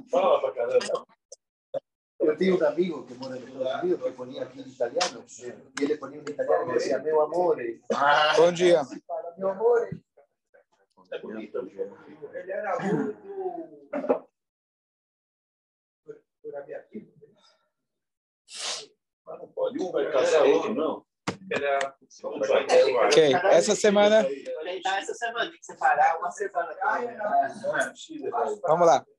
Fala pra caramba. Eu tenho um amigo que mora nos Estados Unidos que ponia aqui em italiano e ele ponia em italiano e dizia meu amore. Bom dia. Meu amore. É bonito. Ele era aluno do Rabiati. Mas não pode. Um vai casar outro, não. Ok, essa semana... Essa semana tem que separar uma semana. Vamos lá.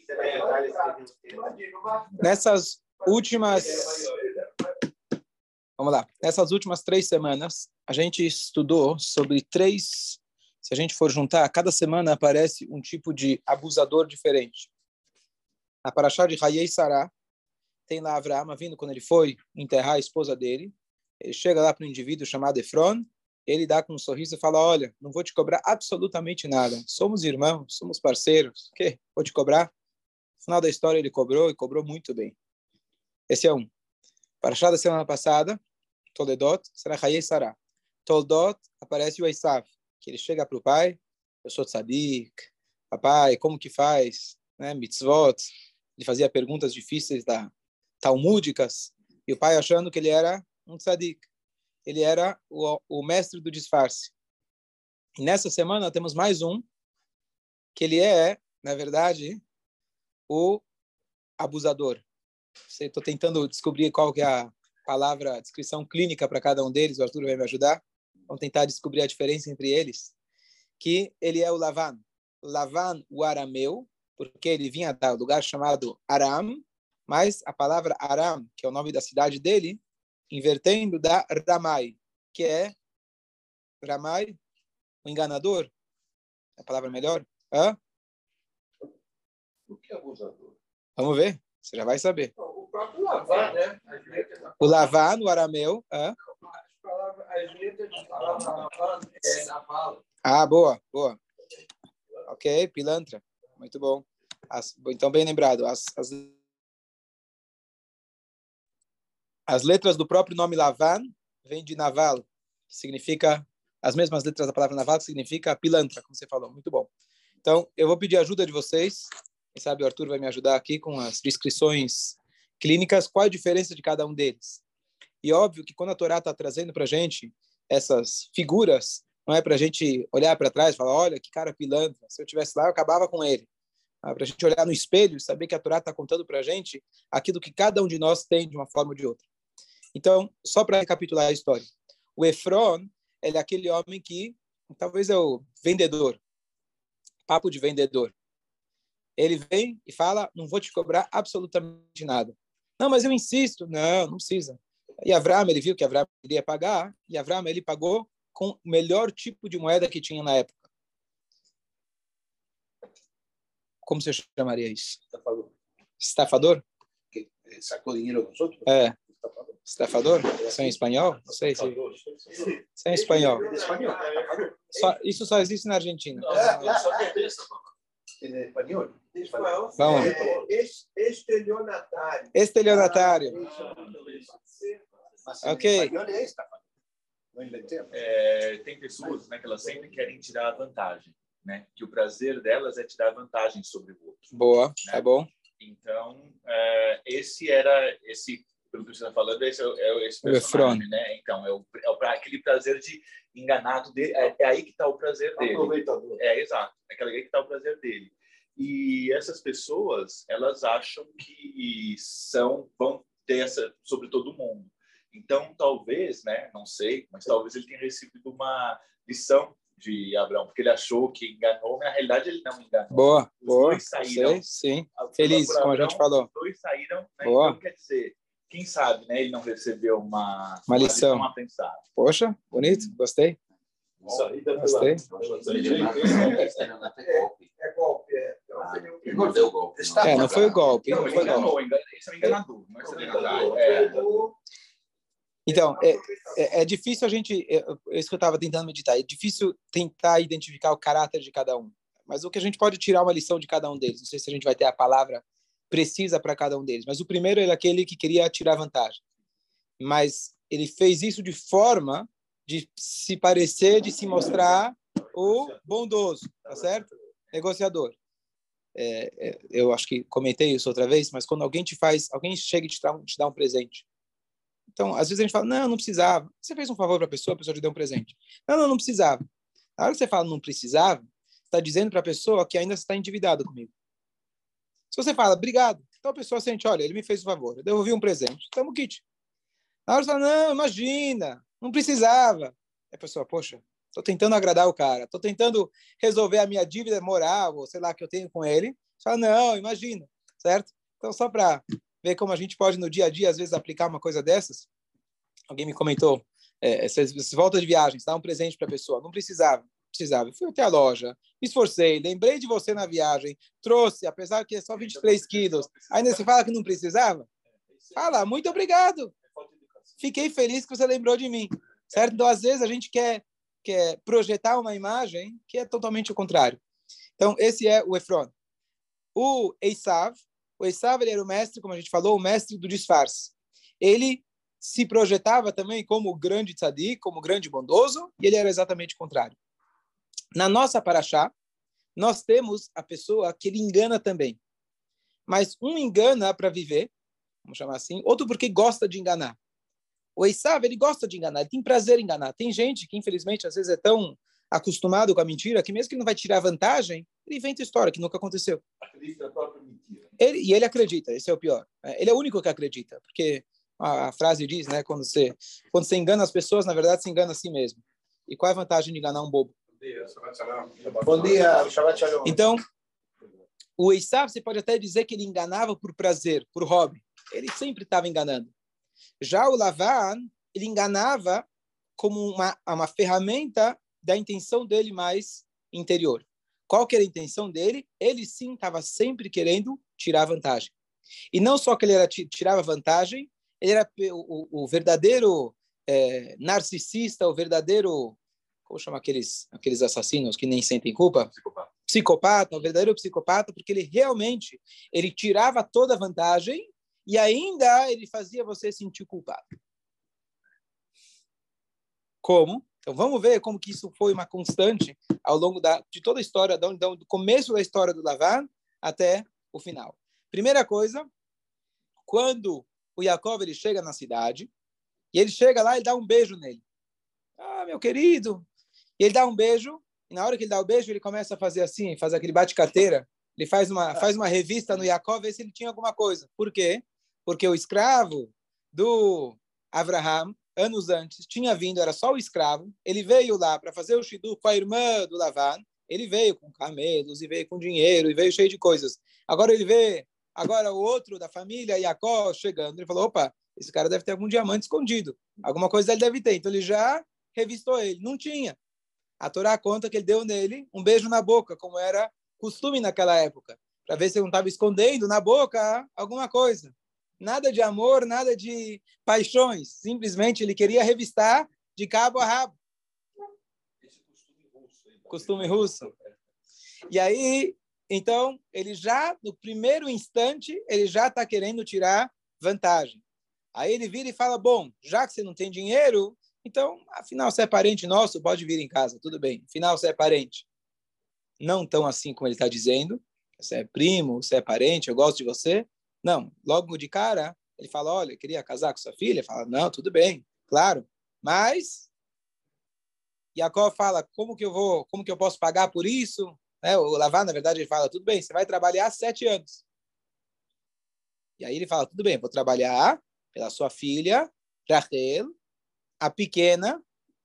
Nessas últimas... Vamos lá. Nessas últimas 3 semanas, a gente estudou sobre 3... Se a gente for juntar, cada semana aparece um tipo de abusador diferente. Na Parashá de Hayei Sará, tem lá Avraham vindo quando ele foi enterrar a esposa dele. Ele chega lá para um indivíduo chamado Efron, ele dá com um sorriso e fala, olha, não vou te cobrar absolutamente nada. Somos irmãos, somos parceiros. O quê? Vou te cobrar? No final da história ele cobrou e cobrou muito bem. Esse é um. Parashá da semana passada, Toledot, será Hayei Sará. Toldot, aparece o Esav, que ele chega para o pai, eu sou tzadik, papai, como que faz? Né? Mitzvot. Ele fazia perguntas difíceis talmúdicas, e o pai achando que ele era um tzadik. Ele era o mestre do disfarce. E nessa semana temos mais um, que ele é, na verdade, o abusador. Estou tentando descobrir qual que é a palavra, a descrição clínica para cada um deles, o Arthur vai me ajudar. Vamos tentar descobrir a diferença entre eles. Que ele é o Lavan. Lavan, o arameu, porque ele vinha de um lugar chamado Aram, mas a palavra Aram, que é o nome da cidade dele, invertendo da Ramai, que é Ramai, o enganador. É a palavra melhor? Hã? O que é abusador? Vamos ver, você já vai saber. O próprio Lavan, né? O Lavan, o arameu. Hã? As letras de palavra Lavan é na fala. Ah, boa, boa. Ok, pilantra. Muito bom. Então, bem lembrado. As letras do próprio nome Lavan vêm de Naval, que significa as mesmas letras da palavra Naval, que significa pilantra, como você falou. Muito bom. Então, eu vou pedir ajuda de vocês. Quem sabe o Arthur vai me ajudar aqui com as descrições clínicas. Qual a diferença de cada um deles? E óbvio que quando a Torá está trazendo para a gente essas figuras, não é para a gente olhar para trás e falar, olha, que cara pilantra. Se eu estivesse lá, eu acabava com ele. Para a gente olhar no espelho e saber que a Torá está contando para a gente aquilo que cada um de nós tem de uma forma ou de outra. Então, só para recapitular a história. O Efron, ele é aquele homem que, talvez é o vendedor, papo de vendedor. Ele vem e fala, não vou te cobrar absolutamente nada. Não, mas eu insisto. Não, não precisa. E Avraham, ele viu que Avraham iria pagar, e Avraham, ele pagou com o melhor tipo de moeda que tinha na época. Como você chamaria isso? Estafador. Estafador? Que sacou dinheiro dos outros? É. Estafador? Isso é em espanhol? Não sei se... Isso é em espanhol. Isso só existe na Argentina. Em espanhol? Vamos. Estelionatário. Estelionatário. Ok. Não inventei. Tem pessoas, né, que elas sempre querem tirar a vantagem, né? Que o prazer delas é tirar vantagem sobre o outro. Boa, né? tá bom. Então, pelo que você está falando, esse personagem, né? Então, aquele prazer de enganar, é aí que está o prazer dele. Aproveitador. Exato. É aí que está o prazer dele. E essas pessoas, elas acham que vão ter essa sobre todo mundo. Então, talvez, né? Não sei, mas talvez ele tenha recebido uma lição de Abraão, porque ele achou que enganou, mas na realidade ele não enganou. Boa, Os boa. dois saíram. Sim. Feliz, como a gente falou. Os dois saíram, né? Boa. Então, quer dizer, quem sabe, né? Ele não recebeu uma lição aprendizada. Poxa, bonito, gostei. Saída Gostei. É golpe. Não deu golpe. Não foi o golpe. Não, ele enganou. Esse é um enganador. Não é um enganador. Então, é difícil a gente... Isso que eu estava tentando meditar. É difícil tentar identificar o caráter de cada um. Mas o que a gente pode tirar uma lição de cada um deles. Não sei se a gente vai ter a palavra precisa para cada um deles. Mas o primeiro é aquele que queria tirar vantagem. Mas ele fez isso de forma de se parecer, de se mostrar o bondoso, tá certo? Negociador. eu acho que comentei isso outra vez, mas quando alguém chega e te dá um presente. Então, às vezes a gente fala, não precisava. Você fez um favor para a pessoa te deu um presente. Não precisava. Na hora que você fala não precisava, você está dizendo para a pessoa que ainda está endividado comigo. Se você fala, obrigado, então a pessoa sente, olha, ele me fez um favor, eu devolvi um presente, estamos kit. Na hora você fala, não, imagina, não precisava. A pessoa, poxa, estou tentando agradar o cara, estou tentando resolver a minha dívida moral, ou sei lá, que eu tenho com ele. Você fala, não, imagina, certo? Então, só para ver como a gente pode, no dia a dia, às vezes, aplicar uma coisa dessas. Alguém me comentou, você volta de viagem, você dá um presente para a pessoa, não precisava. Eu fui até a loja, me esforcei, lembrei de você na viagem, trouxe, apesar que é só 23 quilos. Ainda você fala que não precisava? Fala, muito obrigado. Fiquei feliz que você lembrou de mim. Certo? Então, às vezes, a gente quer projetar uma imagem que é totalmente o contrário. Então, esse é o Efron. O Esav, ele era o mestre, como a gente falou, o mestre do disfarce. Ele se projetava também como o grande tzadik, como o grande bondoso, e ele era exatamente o contrário. Na nossa paraxá, nós temos a pessoa que ele engana também. Mas um engana para viver, vamos chamar assim, outro porque gosta de enganar. O Esav, ele gosta de enganar, ele tem prazer em enganar. Tem gente que, infelizmente, às vezes é tão acostumado com a mentira que mesmo que ele não vai tirar vantagem, ele inventa história que nunca aconteceu. Acredita na própria mentira. Ele acredita, esse é o pior. Ele é o único que acredita, porque a frase diz, né, quando você engana as pessoas, na verdade, você engana a si mesmo. E qual é a vantagem de enganar um bobo? Bom dia, Shabbat Shalom. Então, o Esav, você pode até dizer que ele enganava por prazer, por hobby. Ele sempre estava enganando. Já o Lavan, ele enganava como uma ferramenta da intenção dele mais interior. Qual que era a intenção dele? Ele sim estava sempre querendo tirar vantagem. E não só que ele tirava vantagem, ele era o verdadeiro narcisista, o verdadeiro, como chama aqueles assassinos que nem sentem culpa? Psicopata, o verdadeiro psicopata, porque ele realmente tirava toda a vantagem e ainda ele fazia você sentir culpado. Como? Então vamos ver como que isso foi uma constante ao longo de toda a história, do começo da história do Lavan até o final. Primeira coisa, quando o Yaakov ele chega na cidade, e ele chega lá e dá um beijo nele. Ah, meu querido! E ele dá um beijo, e na hora que ele dá o beijo, ele começa a fazer assim, faz aquele bate-carteira, ele faz uma revista no Yaakov, ver se ele tinha alguma coisa. Por quê? Porque o escravo do Abraham, anos antes, tinha vindo, era só o escravo, ele veio lá para fazer o shidduch com a irmã do Lavan, ele veio com camelos, e veio com dinheiro, e veio cheio de coisas. Agora ele vê, o outro da família, Jacó, chegando, ele falou, opa, esse cara deve ter algum diamante escondido, alguma coisa ele deve ter. Então ele já revistou ele, não tinha. A Torá conta que ele deu nele um beijo na boca, como era costume naquela época, para ver se ele não estava escondendo na boca alguma coisa. Nada de amor, nada de paixões. Simplesmente ele queria revistar de cabo a rabo. Esse costume russo. E aí, então, ele já, no primeiro instante, ele já está querendo tirar vantagem. Aí ele vira e fala, bom, já que você não tem dinheiro, então, afinal, você é parente nosso, pode vir em casa, tudo bem. Afinal, você é parente. Não tão assim como ele está dizendo. Você é primo, você é parente, eu gosto de você. Não, logo de cara, ele fala, olha, queria casar com sua filha? Ele fala, não, tudo bem, claro. Mas, Jacó fala, como que eu posso pagar por isso? O Lavan, na verdade, ele fala, tudo bem, você vai trabalhar 7 anos. E aí ele fala, tudo bem, vou trabalhar pela sua filha, Rachel, a pequena,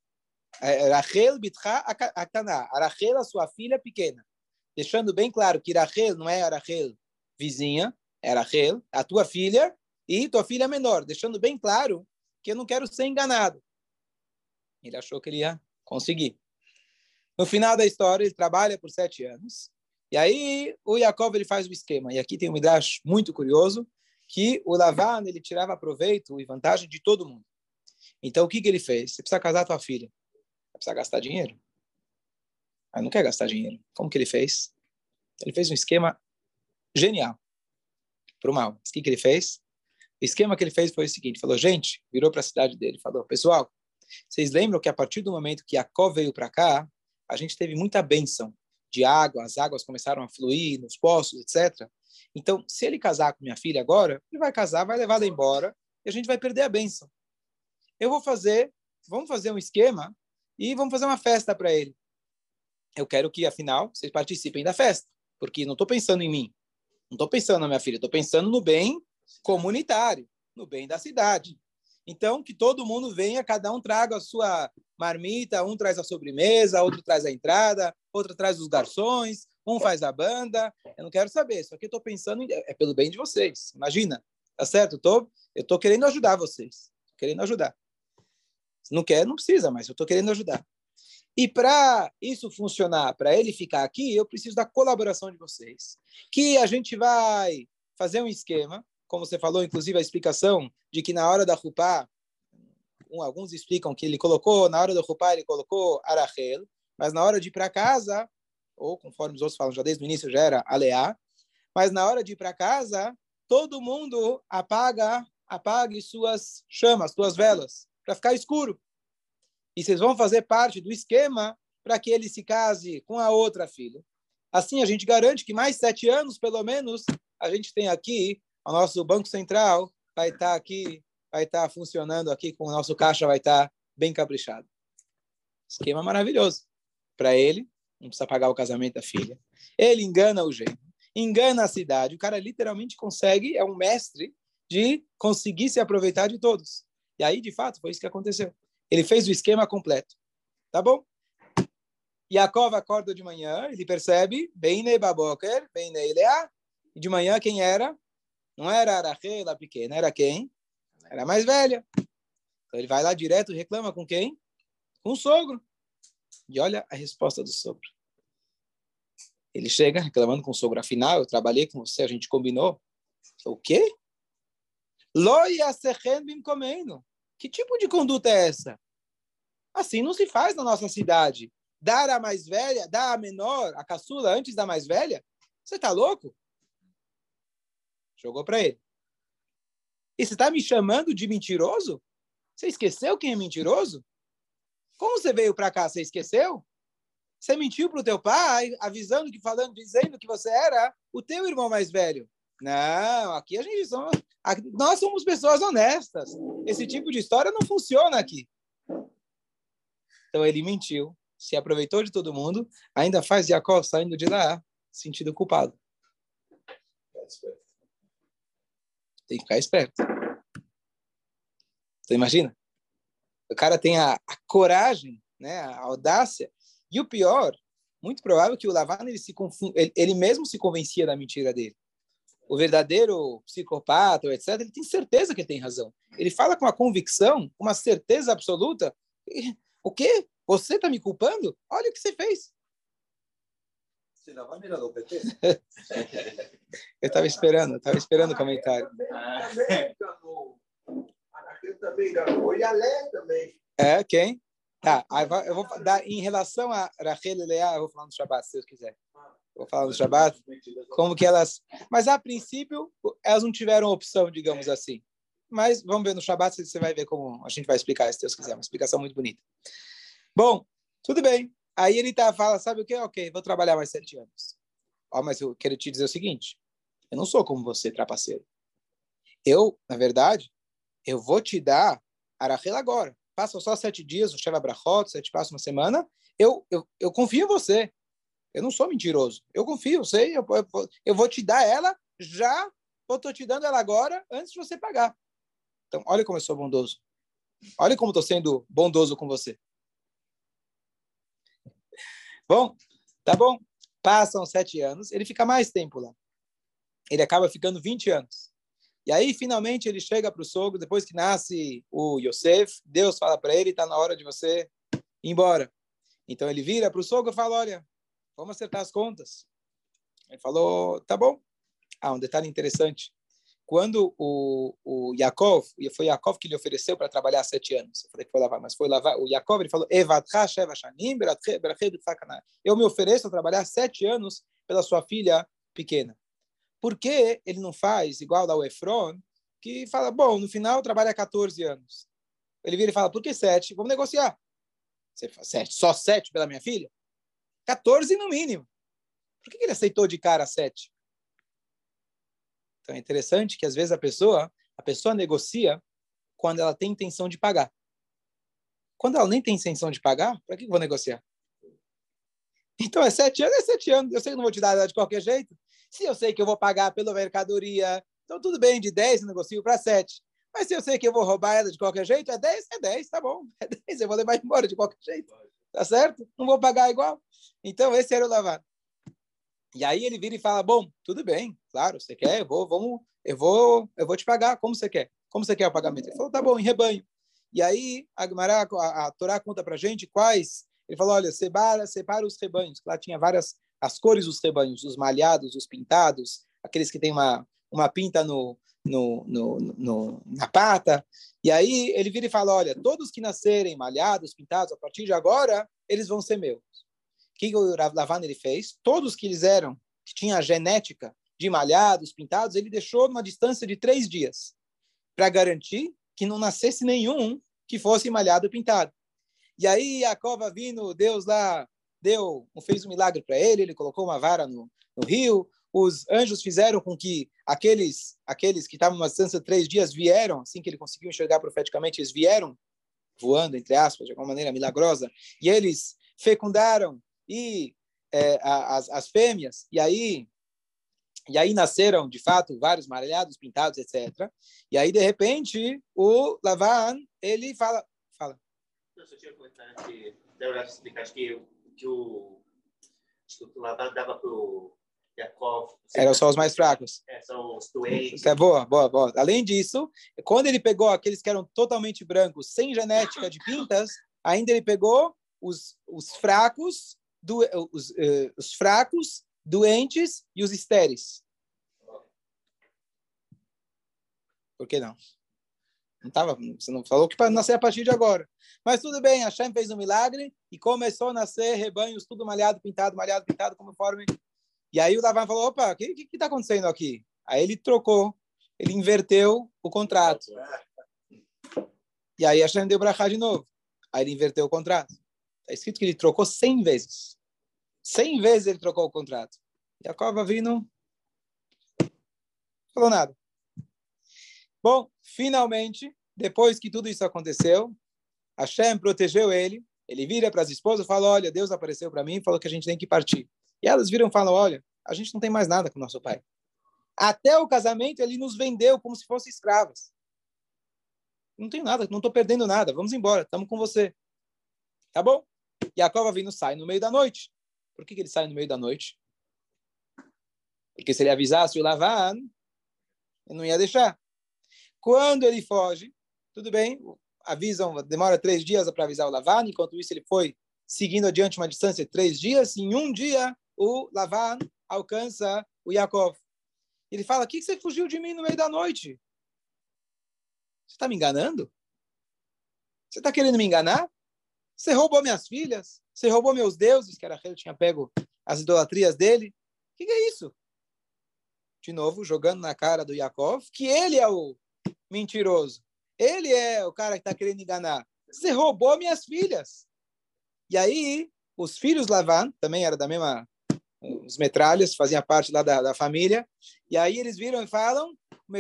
Rachel Bitcha Aktaná, Rachel, a sua filha pequena. Deixando bem claro que Rachel não é a Rachel vizinha, é Rachel, a tua filha, e tua filha menor. Deixando bem claro que eu não quero ser enganado. Ele achou que ele ia conseguir. No final da história, ele trabalha por 7 anos. E aí, o Yaakov ele faz o esquema. E aqui tem um midrash muito curioso, que o Lavan ele tirava proveito e vantagem de todo mundo. Então, o que ele fez? Você precisa casar tua filha. Você precisa gastar dinheiro? Ah, não quer gastar dinheiro. Como que ele fez? Ele fez um esquema genial para o mal. O que ele fez? O esquema que ele fez foi o seguinte. Falou, gente, virou para a cidade dele. Falou, pessoal, vocês lembram que a partir do momento que Jacó veio para cá, a gente teve muita bênção. de água, as águas começaram a fluir nos poços, etc. Então, se ele casar com minha filha agora, ele vai casar, vai levá-la embora e a gente vai perder a bênção. Vamos fazer um esquema e vamos fazer uma festa para ele. Eu quero que, afinal, vocês participem da festa, porque não estou pensando em mim, não estou pensando na minha filha, estou pensando no bem comunitário, no bem da cidade. Então, que todo mundo venha, cada um traga a sua marmita, um traz a sobremesa, outro traz a entrada, outro traz os garçons, um faz a banda. Eu não quero saber, só que eu estou pensando, é pelo bem de vocês. Imagina, tá certo? Eu estou querendo ajudar vocês, querendo ajudar. Se não quer, não precisa, mas eu estou querendo ajudar. E para isso funcionar, para ele ficar aqui, eu preciso da colaboração de vocês. Que a gente vai fazer um esquema, como você falou, inclusive a explicação de que na hora da Rupá, alguns explicam que ele colocou, na hora da Rupá ele colocou Arachel, mas na hora de ir para casa, ou conforme os outros falam, já desde o início já era Aleá, mas na hora de ir para casa, todo mundo apague suas chamas, suas velas, para ficar escuro. E vocês vão fazer parte do esquema para que ele se case com a outra filha. Assim, a gente garante que mais 7 anos, pelo menos, a gente tem aqui, o nosso Banco Central vai estar aqui, vai estar funcionando aqui, com o nosso caixa vai estar bem caprichado. Esquema maravilhoso. Para ele, não precisa pagar o casamento da filha. Ele engana o genro, engana a cidade. O cara literalmente consegue, é um mestre de conseguir se aproveitar de todos. E aí, de fato, foi isso que aconteceu. Ele fez o esquema completo. Tá bom? Yaakov acorda de manhã, ele percebe, Beinei Baboker, Beinei Leá. E de manhã, quem era? Não era a Rachel, a pequena, era quem? Era a mais velha. Então ele vai lá direto e reclama com quem? Com o sogro. E olha a resposta do sogro. Ele chega reclamando com o sogro. Afinal, eu trabalhei com você, a gente combinou. O quê? Lo yasechem bimkomeinu. Que tipo de conduta é essa? Assim não se faz na nossa cidade. Dar a mais velha, dar a menor, a caçula, antes da mais velha? Você tá louco? Jogou para ele. E você está me chamando de mentiroso? Você esqueceu quem é mentiroso? Como você veio para cá? Você esqueceu? Você mentiu para o teu pai, avisando, dizendo que você era o teu irmão mais velho. Não, aqui nós somos pessoas honestas. Esse tipo de história não funciona aqui. Então ele mentiu, se aproveitou de todo mundo, ainda faz Jacob saindo de lá, sentido culpado. Tem que ficar esperto. Então imagina, o cara tem a coragem, né, a audácia, e o pior, muito provável que o Lavan ele mesmo se convencia da mentira dele. O verdadeiro psicopata, etc., ele tem certeza que ele tem razão. Ele fala com uma convicção, uma certeza absoluta. O quê? Você está me culpando? Olha o que você fez. Você não vai mirar do PT? Eu estava esperando o comentário. Também enganou. E a Lé também. É, quem? Tá, eu vou dar em relação a Rachel e Leá, eu vou falar no Shabbat, se Deus quiser. Vou falar no Shabbat, como que elas... Mas, a princípio, elas não tiveram opção, digamos assim. Mas vamos ver no Shabbat, você vai ver como a gente vai explicar, se Deus quiser. Uma explicação muito bonita. Bom, tudo bem. Aí ele fala, sabe o quê? Ok, vou trabalhar mais 7 anos. Mas eu quero te dizer o seguinte, eu não sou como você, trapaceiro. Eu, na verdade, eu vou te dar a Rachel agora. Passam só 7 dias, o Sheva Brachot, 7 passa uma semana. Eu confio em você. Eu não sou mentiroso. Eu confio, eu sei. Eu vou te dar ela já. Eu estou te dando ela agora, antes de você pagar. Então, olha como eu sou bondoso. Olha como estou sendo bondoso com você. Bom, tá bom. Passam 7 anos. Ele fica mais tempo lá. Ele acaba ficando 20 anos. E aí, finalmente, ele chega para o sogro, depois que nasce o Yosef, Deus fala para ele, está na hora de você ir embora. Então, ele vira para o sogro e fala, olha, vamos acertar as contas. Ele falou, tá bom. Um detalhe interessante. Quando o Yaakov, foi Yaakov que lhe ofereceu para trabalhar 7 anos. Eu falei que foi lavar, mas foi lavar. O Yaakov, ele falou, eu me ofereço a trabalhar 7 anos pela sua filha pequena. Por que ele não faz igual lá o Efron, que fala, bom, no final trabalha 14 anos. Ele vira e fala, por que 7? Vamos negociar. Você fala, 7, só 7 pela minha filha? 14 no mínimo. Por que ele aceitou de cara 7? Então é interessante que às vezes a pessoa negocia quando ela tem intenção de pagar. Quando ela nem tem intenção de pagar, para que eu vou negociar? Então é 7 anos, é 7 anos. Eu sei que não vou te dar ela de qualquer jeito. Se eu sei que eu vou pagar pela mercadoria, então tudo bem, de 10 eu negocio para 7. Mas se eu sei que eu vou roubar ela de qualquer jeito, é 10, tá bom. É 10, eu vou levar embora de qualquer jeito. Tá certo? Não vou pagar igual. Então esse era o Lavan. E aí ele vira e fala, bom, tudo bem, claro, você quer, eu vou te pagar, como você quer? Como você quer o pagamento? Ele falou, tá bom, em rebanho. E aí a Gemara, a Torá conta pra gente quais. Ele falou, olha, separa os rebanhos. Lá tinha as cores dos rebanhos, os malhados, os pintados, aqueles que têm uma pinta na pata. E aí ele vira e fala, olha, todos que nascerem malhados, pintados, a partir de agora, eles vão ser meus. O que o Lavan ele fez? Todos que tinham a genética de malhados, pintados, ele deixou numa distância de 3 dias, para garantir que não nascesse nenhum que fosse malhado e pintado. E aí Jacob vindo, Deus lá fez um milagre para ele colocou uma vara no rio, os anjos fizeram com que aqueles que estavam numa distância de 3 dias vieram, assim que ele conseguiu enxergar profeticamente, eles vieram voando, entre aspas, de alguma maneira milagrosa, e eles fecundaram e as fêmeas, e aí nasceram, de fato, vários malhados, pintados, etc. E aí, de repente, o Lavan, ele fala. Eu só tinha comentado que deve explicar que o Lavan dava para o Jacob. Eram só os mais fracos. São os doentes. Boa. Além disso, quando ele pegou aqueles que eram totalmente brancos, sem genética de pintas, ainda ele pegou os fracos, os fracos, doentes e os estéreis. Por que não? Você não falou que para nascer a partir de agora. Mas tudo bem, Hashem fez um milagre e começou a nascer rebanhos, tudo malhado, pintado, conforme. E aí o Lavan falou, opa, o que está acontecendo aqui? Aí ele ele inverteu o contrato. E aí Hashem deu brachá de novo. Aí ele inverteu o contrato. Está escrito que ele trocou 100 vezes. 100 vezes ele trocou o contrato. Jacob vindo, falou nada. Bom, finalmente, depois que tudo isso aconteceu, Hashem protegeu ele. Ele vira para as esposas e fala, olha, Deus apareceu para mim e falou que a gente tem que partir. E elas viram e falam, olha, a gente não tem mais nada com o nosso pai. Até o casamento ele nos vendeu como se fossem escravas. Não tenho nada, não estou perdendo nada. Vamos embora, estamos com você. Tá bom? Jacob vindo sai no meio da noite. Por que ele sai no meio da noite? Porque se ele avisasse o Lavan, ele não ia deixar. Quando ele foge, tudo bem, avisam, demora 3 dias para avisar o Lavan, enquanto isso ele foi seguindo adiante uma distância de 3 dias, em um dia o Lavan alcança o Jacob. Ele fala, o que você fugiu de mim no meio da noite? Você está me enganando? Você está querendo me enganar? Você roubou minhas filhas? Você roubou meus deuses, que Rachel tinha pego as idolatrias dele? O que é isso? De novo, jogando na cara do Jacob, que ele é o mentiroso. Ele é o cara que está querendo enganar. Você roubou minhas filhas. E aí, os filhos Lavan, também era da mesma, os metralhas, faziam parte lá da família, e aí eles viram e falam,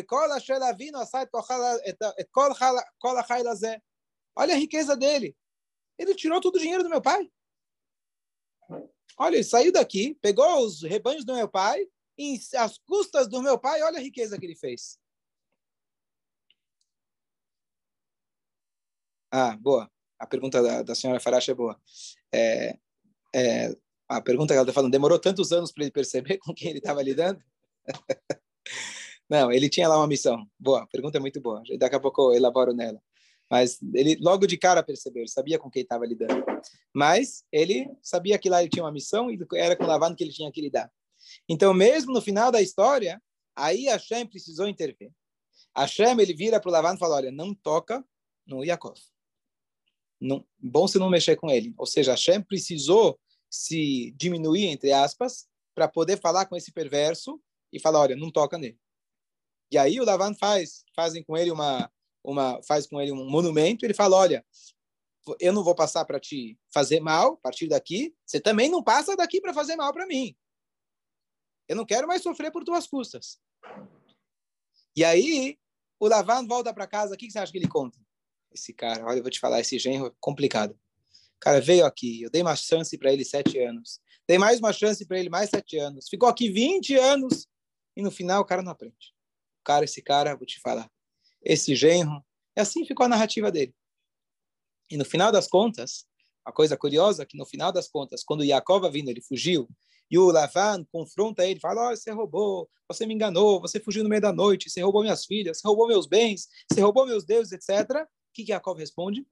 olha a riqueza dele. Ele tirou todo o dinheiro do meu pai. Olha, ele saiu daqui, pegou os rebanhos do meu pai, e às custas do meu pai, olha a riqueza que ele fez. Boa. A pergunta da senhora Farash é boa. A pergunta que ela está falando, demorou tantos anos para ele perceber com quem ele estava lidando? Não, ele tinha lá uma missão. Boa, a pergunta é muito boa. Daqui a pouco eu elaboro nela. Mas ele logo de cara percebeu, ele sabia com quem estava lidando. Mas ele sabia que lá ele tinha uma missão e era com Lavan que ele tinha que lidar. Então, mesmo no final da história, aí Hashem precisou intervir. Hashem, ele vira para o Lavan e fala, olha, não toca no Yaakov. Não, bom se não mexer com ele. Ou seja, Hashem precisou se diminuir, entre aspas, para poder falar com esse perverso e falar, olha, não toca nele. E aí o Lavan fazem com ele faz com ele um monumento, ele fala, olha, eu não vou passar para te fazer mal a partir daqui, você também não passa daqui para fazer mal para mim. Eu não quero mais sofrer por tuas custas. E aí, o Lavan volta para casa. O que você acha que ele conta? Esse cara, olha, eu vou te falar, esse genro é complicado. O cara veio aqui, eu dei uma chance para ele 7 anos. Dei mais uma chance para ele mais 7 anos. Ficou aqui 20 anos. E no final, o cara não aprende. Esse cara, vou te falar. Esse genro, assim ficou a narrativa dele. E no final das contas, a coisa curiosa é que no final das contas, quando Yaakov vindo, ele fugiu, e o Lavan confronta ele, fala, você roubou, você me enganou, você fugiu no meio da noite, você roubou minhas filhas, você roubou meus bens, você roubou meus deuses, etc. O que Yaakov responde?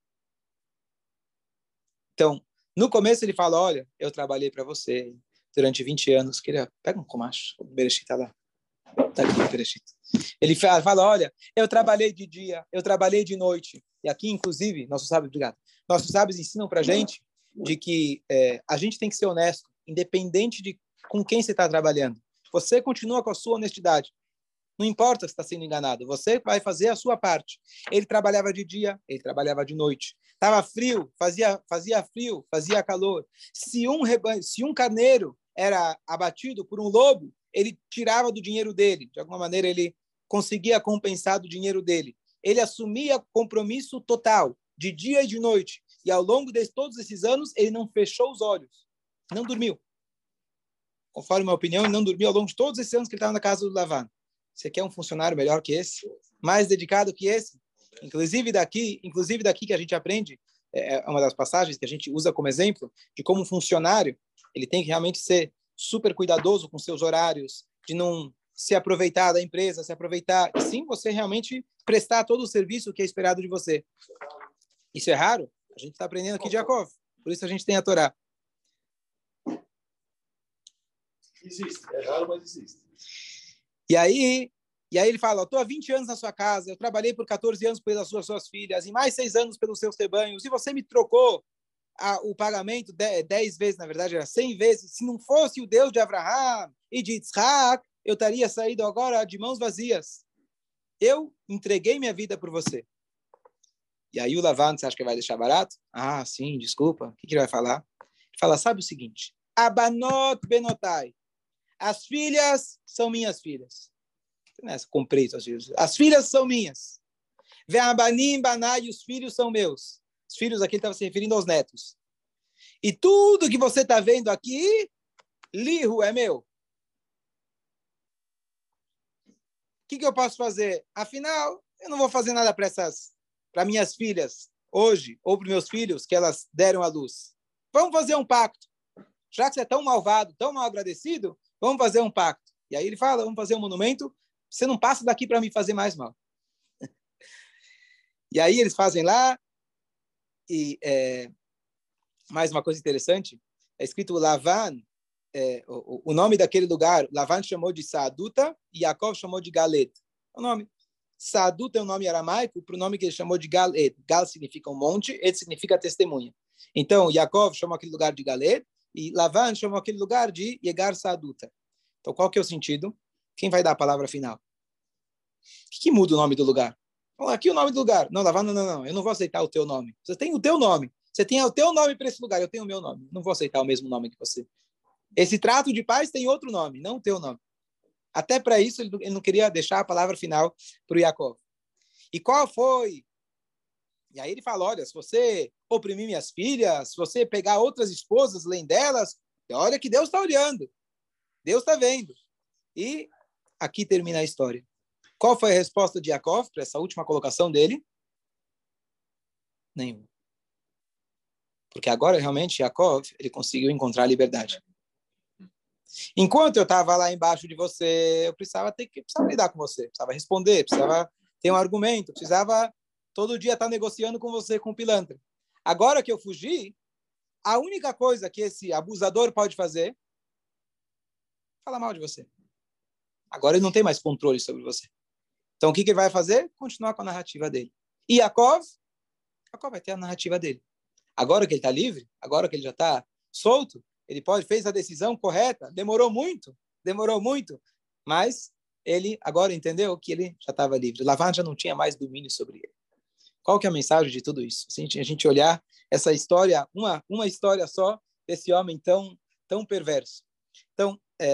Então, no começo ele fala, olha, eu trabalhei para você durante 20 anos, pega um comacho, o Bereshit está lá. Tá aqui, Bereshit. Ele fala, olha, eu trabalhei de dia, eu trabalhei de noite. E aqui, inclusive, nossos sábios ensinam para a gente de que a gente tem que ser honesto, independente de com quem você está trabalhando. Você continua com a sua honestidade. Não importa se está sendo enganado, você vai fazer a sua parte. Ele trabalhava de dia, ele trabalhava de noite. Estava frio, fazia frio, fazia calor. Se um carneiro era abatido por um lobo, ele tirava do dinheiro dele. De alguma maneira, ele conseguia compensar do dinheiro dele. Ele assumia compromisso total, de dia e de noite. E ao longo de todos esses anos, ele não fechou os olhos. Não dormiu. Conforme a minha opinião, ele não dormiu ao longo de todos esses anos que ele estava na casa do Lavan. Você quer um funcionário melhor que esse? Mais dedicado que esse? Inclusive daqui que a gente aprende, é uma das passagens que a gente usa como exemplo, de como um funcionário, ele tem que realmente ser super cuidadoso com seus horários, de não se aproveitar da empresa, se aproveitar, e sim você realmente prestar todo o serviço que é esperado de você. Isso é raro? A gente está aprendendo aqui de Yaakov. Por isso a gente tem a Torá. Existe. É raro, mas existe. E aí ele fala, estou há 20 anos na sua casa, eu trabalhei por 14 anos pelas suas filhas, e mais 6 anos pelos seus rebanhos, e você me trocou o pagamento 10 vezes, na verdade era 100 vezes. Se não fosse o Deus de Abraham e de Yitzhak, eu teria saído agora de mãos vazias. Eu entreguei minha vida por você. E aí o Lavan, você acha que vai deixar barato? Ah, sim, desculpa. O que ele vai falar? Ele fala, sabe o seguinte, Abanot benotai. As filhas são minhas filhas. Comprei suas filhas. As filhas são minhas. Ve'abanim banai, os filhos são meus. Os filhos aqui ele estava se referindo aos netos. E tudo que você está vendo aqui, lihu é meu. O que eu posso fazer? Afinal, eu não vou fazer nada para minhas filhas hoje, ou para meus filhos, que elas deram à luz. Vamos fazer um pacto. Já que você é tão malvado, tão mal agradecido, vamos fazer um pacto. E aí ele fala, vamos fazer um monumento, você não passa daqui para me fazer mais mal. E aí eles fazem lá, e mais uma coisa interessante, é escrito Lavan, o nome daquele lugar, Lavan chamou de Saaduta e Yaakov chamou de Galed. O nome. Saaduta é um nome aramaico para o nome que ele chamou de Galed. Gal significa um monte, Ed significa testemunha. Então, Yaakov chamou aquele lugar de Galed e Lavan chamou aquele lugar de Yegar Saaduta. Então, qual que é o sentido? Quem vai dar a palavra final? O que muda o nome do lugar? Aqui o nome do lugar. Não, Lavan, não. Eu não vou aceitar o teu nome. Você tem o teu nome. Você tem o teu nome para esse lugar. Eu tenho o meu nome. Não vou aceitar o mesmo nome que você. Esse trato de paz tem outro nome, não o teu nome. Até para isso, ele não queria deixar a palavra final para o Yaakov. E qual foi? E aí ele fala, olha, se você oprimir minhas filhas, se você pegar outras esposas além delas, olha que Deus está olhando. Deus está vendo. E aqui termina a história. Qual foi a resposta de Yaakov para essa última colocação dele? Nenhuma. Porque agora, realmente, Yaakov, ele conseguiu encontrar a liberdade. Enquanto eu estava lá embaixo de você, eu precisava lidar com você, precisava responder, precisava ter um argumento, precisava todo dia estar negociando com você, com o pilantra. Agora que eu fugi, a única coisa que esse abusador pode fazer é falar mal de você. Agora ele não tem mais controle sobre você. Então o que ele vai fazer? Continuar com a narrativa dele. E Yaakov vai ter a narrativa dele. Agora que ele está livre, agora que ele já está solto, ele fez a decisão correta, demorou muito, mas ele agora entendeu que ele já estava livre. Lavan já não tinha mais domínio sobre ele. Qual que é a mensagem de tudo isso? Se a gente olhar essa história, uma história só desse homem tão perverso. Então,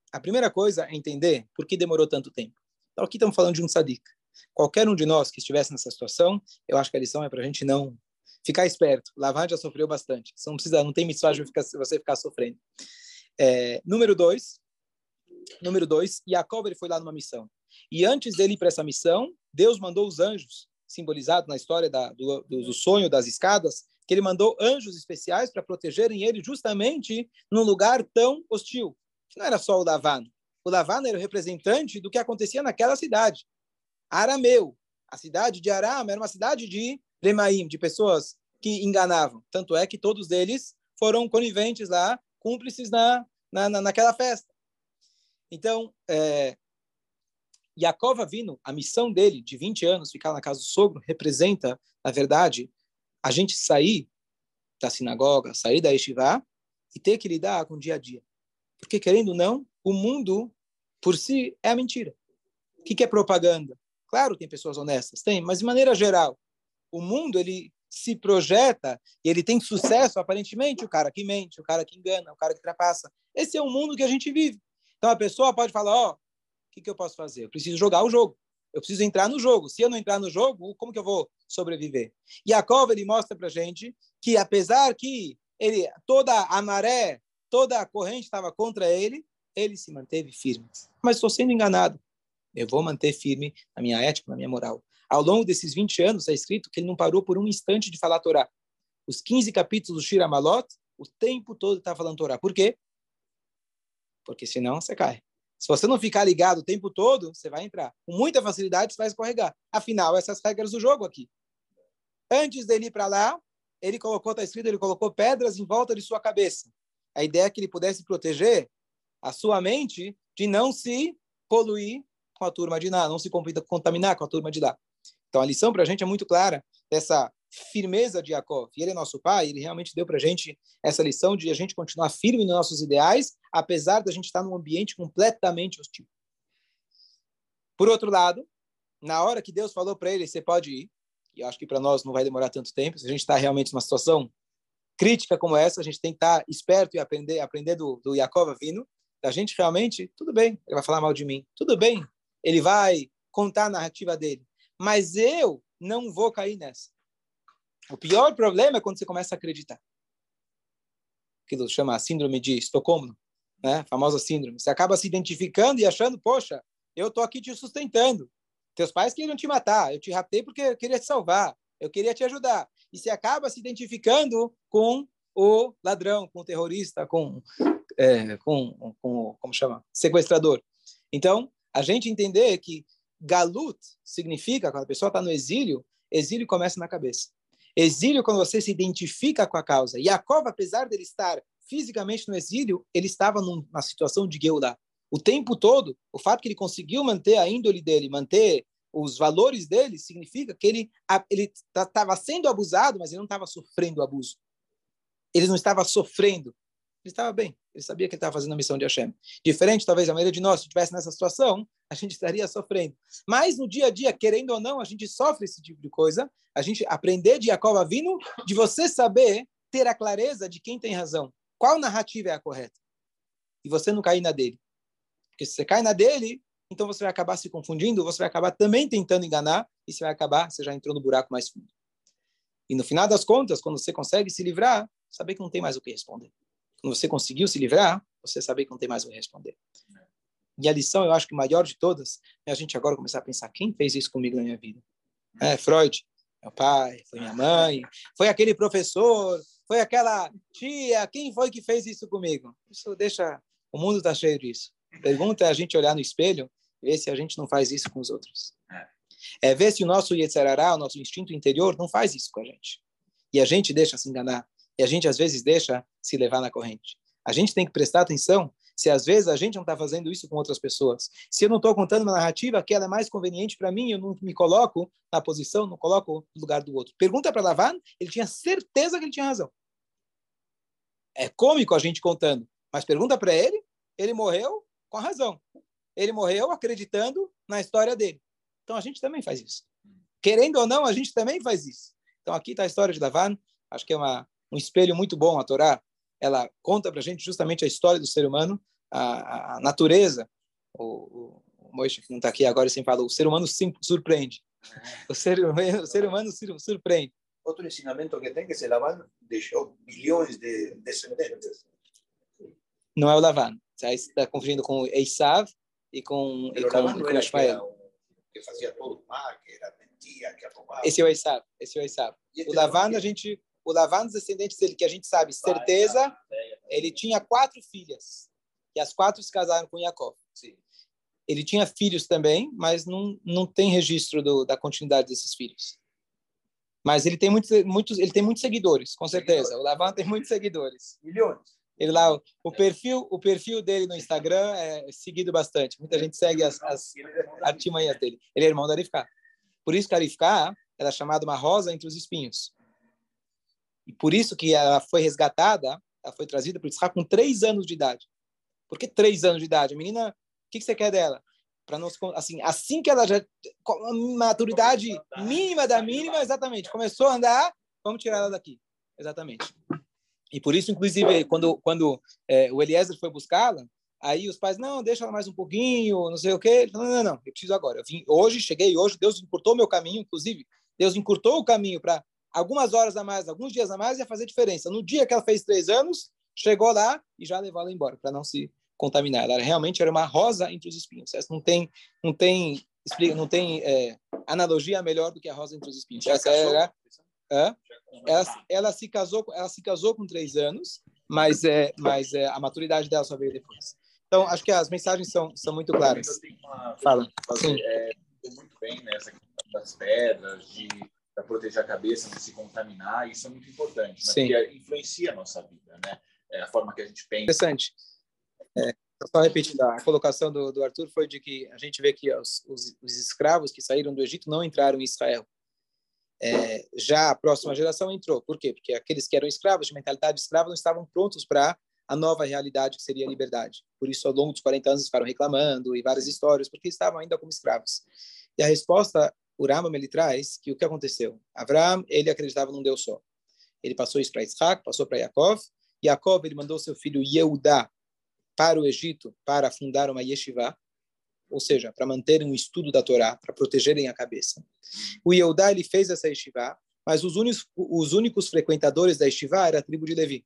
A primeira coisa é entender por que demorou tanto tempo. Então, aqui estamos falando de um tzadik. Qualquer um de nós que estivesse nessa situação, eu acho que a lição é para a gente não ficar esperto. Lavan já sofreu bastante. Você não tem mitzvah de você ficar sofrendo. Número dois, Yaakov ele foi lá numa missão. E antes dele ir para essa missão, Deus mandou os anjos, simbolizado na história do sonho das escadas, que ele mandou anjos especiais para protegerem ele justamente num lugar tão hostil. Não era só o Lavan. O Lavan era o representante do que acontecia naquela cidade. Arameu. A cidade de Aram era uma cidade de Remaim, de pessoas que enganavam. Tanto é que todos eles foram coniventes lá, cúmplices naquela festa. Então, Yaakov Avinu, a missão dele de 20 anos, ficar na casa do sogro, representa, na verdade, a gente sair da sinagoga, sair da yeshiva e ter que lidar com o dia a dia. Porque, querendo ou não, o mundo, por si, é a mentira. O que é propaganda? Claro, tem pessoas honestas, tem, mas de maneira geral, o mundo, ele se projeta e ele tem sucesso, aparentemente, o cara que mente, o cara que engana, o cara que ultrapassa. Esse é o mundo que a gente vive. Então, a pessoa pode falar, o que eu posso fazer? Eu preciso jogar o jogo. Eu preciso entrar no jogo. Se eu não entrar no jogo, como que eu vou sobreviver? E Yaakov, ele mostra para a gente que, apesar que toda a maré, toda a corrente estava contra ele, ele se manteve firme. Mas estou sendo enganado. Eu vou manter firme na minha ética, na minha moral. Ao longo desses 20 anos, é escrito que ele não parou por um instante de falar Torá. Os 15 capítulos do Shir Amalot, o tempo todo está falando Torá. Por quê? Porque senão você cai. Se você não ficar ligado o tempo todo, você vai entrar. Com muita facilidade, você vai escorregar. Afinal, essas regras do jogo aqui. Antes dele ir para lá, ele colocou, está escrito, ele colocou pedras em volta de sua cabeça. A ideia é que ele pudesse proteger a sua mente de não se poluir com a turma de lá, não se contaminar com a turma de lá. Então, a lição para a gente é muito clara, dessa firmeza de Yaakov. E ele é nosso pai, ele realmente deu para a gente essa lição de a gente continuar firme nos nossos ideais, apesar de a gente estar num ambiente completamente hostil. Por outro lado, na hora que Deus falou para ele, você pode ir, e eu acho que para nós não vai demorar tanto tempo, se a gente está realmente numa situação crítica como essa, a gente tem que estar esperto e aprender do Yaakov Avinu, da gente realmente, tudo bem, ele vai falar mal de mim, tudo bem, ele vai contar a narrativa dele, mas eu não vou cair nessa. O pior problema é quando você começa a acreditar. Aquilo chama a síndrome de Estocolmo, né? A famosa síndrome. Você acaba se identificando e achando, poxa, eu estou aqui te sustentando. Teus pais queriam te matar, eu te raptei porque eu queria te salvar, eu queria te ajudar. E você acaba se identificando com o ladrão, com o terrorista, como chama? Sequestrador. Então, a gente entender que Galut significa, quando a pessoa está no exílio começa na cabeça. Exílio, quando você se identifica com a causa. Yaakov, apesar dele estar fisicamente no exílio, ele estava numa situação de Geulah. O tempo todo, o fato que ele conseguiu manter a índole dele, manter os valores dele, significa que ele estava sendo abusado, mas ele não estava sofrendo abuso. Ele não estava sofrendo. Ele estava bem. Ele sabia que ele estava fazendo a missão de Hashem. Diferente, talvez, a maioria de nós, se estivesse nessa situação, a gente estaria sofrendo. Mas, no dia a dia, querendo ou não, a gente sofre esse tipo de coisa. A gente aprender de Yaakov Avinu, de você saber ter a clareza de quem tem razão. Qual narrativa é a correta? E você não cair na dele. Porque se você cai na dele, então você vai acabar se confundindo, você vai acabar também tentando enganar, e você já entrou no buraco mais fundo. E no final das contas, quando você consegue se livrar, saber que não tem mais o que responder. Quando você conseguiu se livrar, você saber que não tem mais o que responder. E a lição, eu acho que maior de todas, é a gente agora começar a pensar, quem fez isso comigo na minha vida? Freud, meu pai, foi minha mãe, foi aquele professor, foi aquela tia, quem foi que fez isso comigo? Isso deixa, o mundo está cheio disso. Pergunta é a gente olhar no espelho e ver se a gente não faz isso com os outros. É ver se o nosso Yetzer Hara, o nosso instinto interior, não faz isso com a gente. E a gente deixa se enganar. E a gente, às vezes, deixa se levar na corrente. A gente tem que prestar atenção se, às vezes, a gente não está fazendo isso com outras pessoas. Se eu não estou contando uma narrativa que ela é mais conveniente para mim, eu não me coloco na posição, não coloco no lugar do outro. Pergunta para Lavan, ele tinha certeza que ele tinha razão. É cômico a gente contando, mas pergunta para ele, ele morreu com a razão. Ele morreu acreditando na história dele. Então, a gente também faz isso. Querendo ou não, a gente também faz isso. Então, aqui está a história de Lavan. Acho que é um espelho muito bom. A Torá, ela conta para a gente justamente a história do ser humano, a natureza, o Moisés, que não está aqui agora, sempre fala, o ser humano se surpreende. O ser humano se surpreende. Outro ensinamento que tem que se Labán deixou bilhões de descendentes. Não é o Lavan. Você está confundindo com Esav e com Ismael. Que fazia todo mal, que era mentira, que roubava. Esse é o Esav. O Lavan, o Lavan, dos descendentes dele, que a gente sabe, certeza, ele tinha 4 filhas. E as 4 se casaram com Jacó. Ele tinha filhos também, mas não tem registro da continuidade desses filhos. Mas ele tem muitos seguidores, com certeza. O Lavan tem muitos seguidores. Milhões. Ele lá, o perfil dele no Instagram é seguido bastante. Muita gente segue as artimanhas dele. Ele é irmão da Rivka. Por isso que a Rivka era chamada uma rosa entre os espinhos. E por isso que ela foi resgatada, ela foi trazida para Yitzhak com 3 anos de idade. Por que 3 anos de idade? A menina, o que você quer dela? Para nós, assim que ela já com a maturidade mínima da mínima, exatamente, começou a andar, vamos tirar ela daqui, exatamente. E por isso, inclusive, quando o Eliezer foi buscá-la, aí os pais, não, deixa ela mais um pouquinho, não sei o quê. Ele falou, não, eu preciso agora. Eu vim hoje, cheguei hoje, Deus encurtou meu caminho, inclusive, Deus encurtou o caminho para algumas horas a mais, alguns dias a mais, ia fazer diferença. No dia que ela fez 3 anos, chegou lá e já levou ela embora, para não se contaminar. Ela realmente era uma rosa entre os espinhos. Essa não tem analogia melhor do que a rosa entre os espinhos. Essa era... Ela se casou com 3 anos, mas a maturidade dela só veio depois. Então, acho que as mensagens são muito claras. Eu tenho uma Fala. Muito bem nessa questão das pedras, para proteger a cabeça, não se contaminar, isso é muito importante, né? Porque influencia a nossa vida, né? A forma que a gente pensa. Interessante. Só repetindo, a colocação do Arthur foi de que a gente vê que os escravos que saíram do Egito não entraram em Israel. Já a próxima geração entrou. Por quê? Porque aqueles que eram escravos, de mentalidade escrava, não estavam prontos para a nova realidade que seria a liberdade. Por isso, ao longo dos 40 anos, eles ficaram reclamando e várias histórias, porque estavam ainda como escravos. E a resposta, o Rambam, ele traz que o que aconteceu? Avraham, ele acreditava num Deus só. Ele passou isso para Isaac, passou para Yaakov. Yaakov, ele mandou seu filho Yehudá para o Egito para fundar uma yeshiva, ou seja, para manterem o estudo da Torá, para protegerem a cabeça. O Yehudá, ele fez essa yeshiva, mas os únicos frequentadores da yeshiva era a tribo de Levi.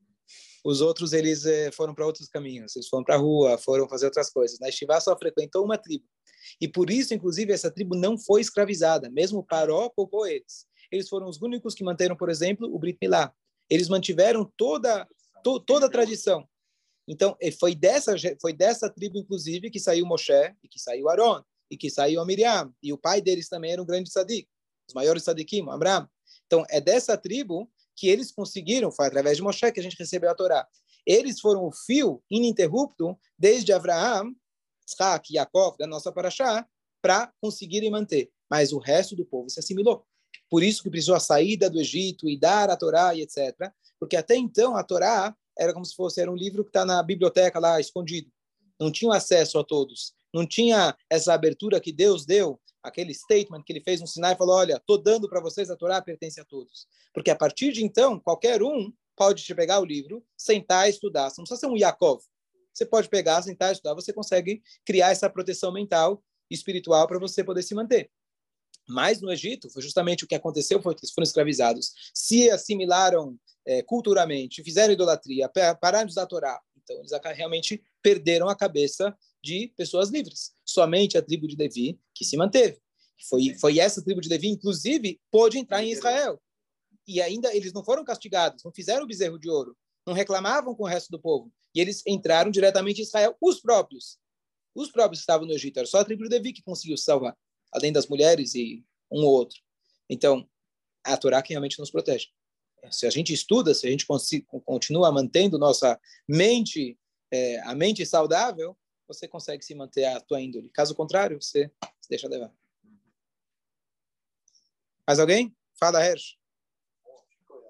Os outros, eles foram para outros caminhos, eles foram para a rua, foram fazer outras coisas. Na yeshiva só frequentou uma tribo. E por isso, inclusive, essa tribo não foi escravizada, mesmo Paró poupou eles. Eles foram os únicos que manteram, por exemplo, o Brit Milá. Eles mantiveram toda a tradição. Então, foi dessa tribo, inclusive, que saiu Moshe, e que saiu Aron, e que saiu Miriam. E o pai deles também era um grande tzadik, os maiores tzadikim, Abraham. Então, é dessa tribo que eles conseguiram, foi através de Moshe que a gente recebeu a Torá. Eles foram o fio ininterrupto desde Abraham, Isaac e Yaakov, da nossa paraxá, para conseguirem manter. Mas o resto do povo se assimilou. Por isso que precisou a saída do Egito e dar a Torá e etc. Porque até então a Torá era como se era um livro que está na biblioteca lá, escondido. Não tinha acesso a todos. Não tinha essa abertura que Deus deu, aquele statement que ele fez no Sinai, falou, olha, estou dando para vocês, a Torá pertence a todos. Porque a partir de então, qualquer um pode te pegar o livro, sentar e estudar. Você não precisa ser um Yaakov. Você pode pegar, sentar e estudar, você consegue criar essa proteção mental e espiritual para você poder se manter. Mas no Egito, foi justamente o que aconteceu, foi que eles foram escravizados, se assimilaram culturalmente, fizeram idolatria, pararam de usar a Torá. Então, eles realmente perderam a cabeça de pessoas livres. Somente a tribo de Levi que se manteve. Foi essa tribo de Levi, inclusive, pôde entrar em Israel. E ainda eles não foram castigados, não fizeram o bezerro de ouro, não reclamavam com o resto do povo. E eles entraram diretamente em Israel, os próprios que estavam no Egito. Era só a tribo de Levi que conseguiu se salvar, além das mulheres e um ou outro. Então, a Torá que realmente nos protege. Se a gente estuda, se a gente continua mantendo nossa mente, a mente saudável, você consegue se manter a tua índole. Caso contrário, você se deixa levar. Mais alguém? Fala, Hersh.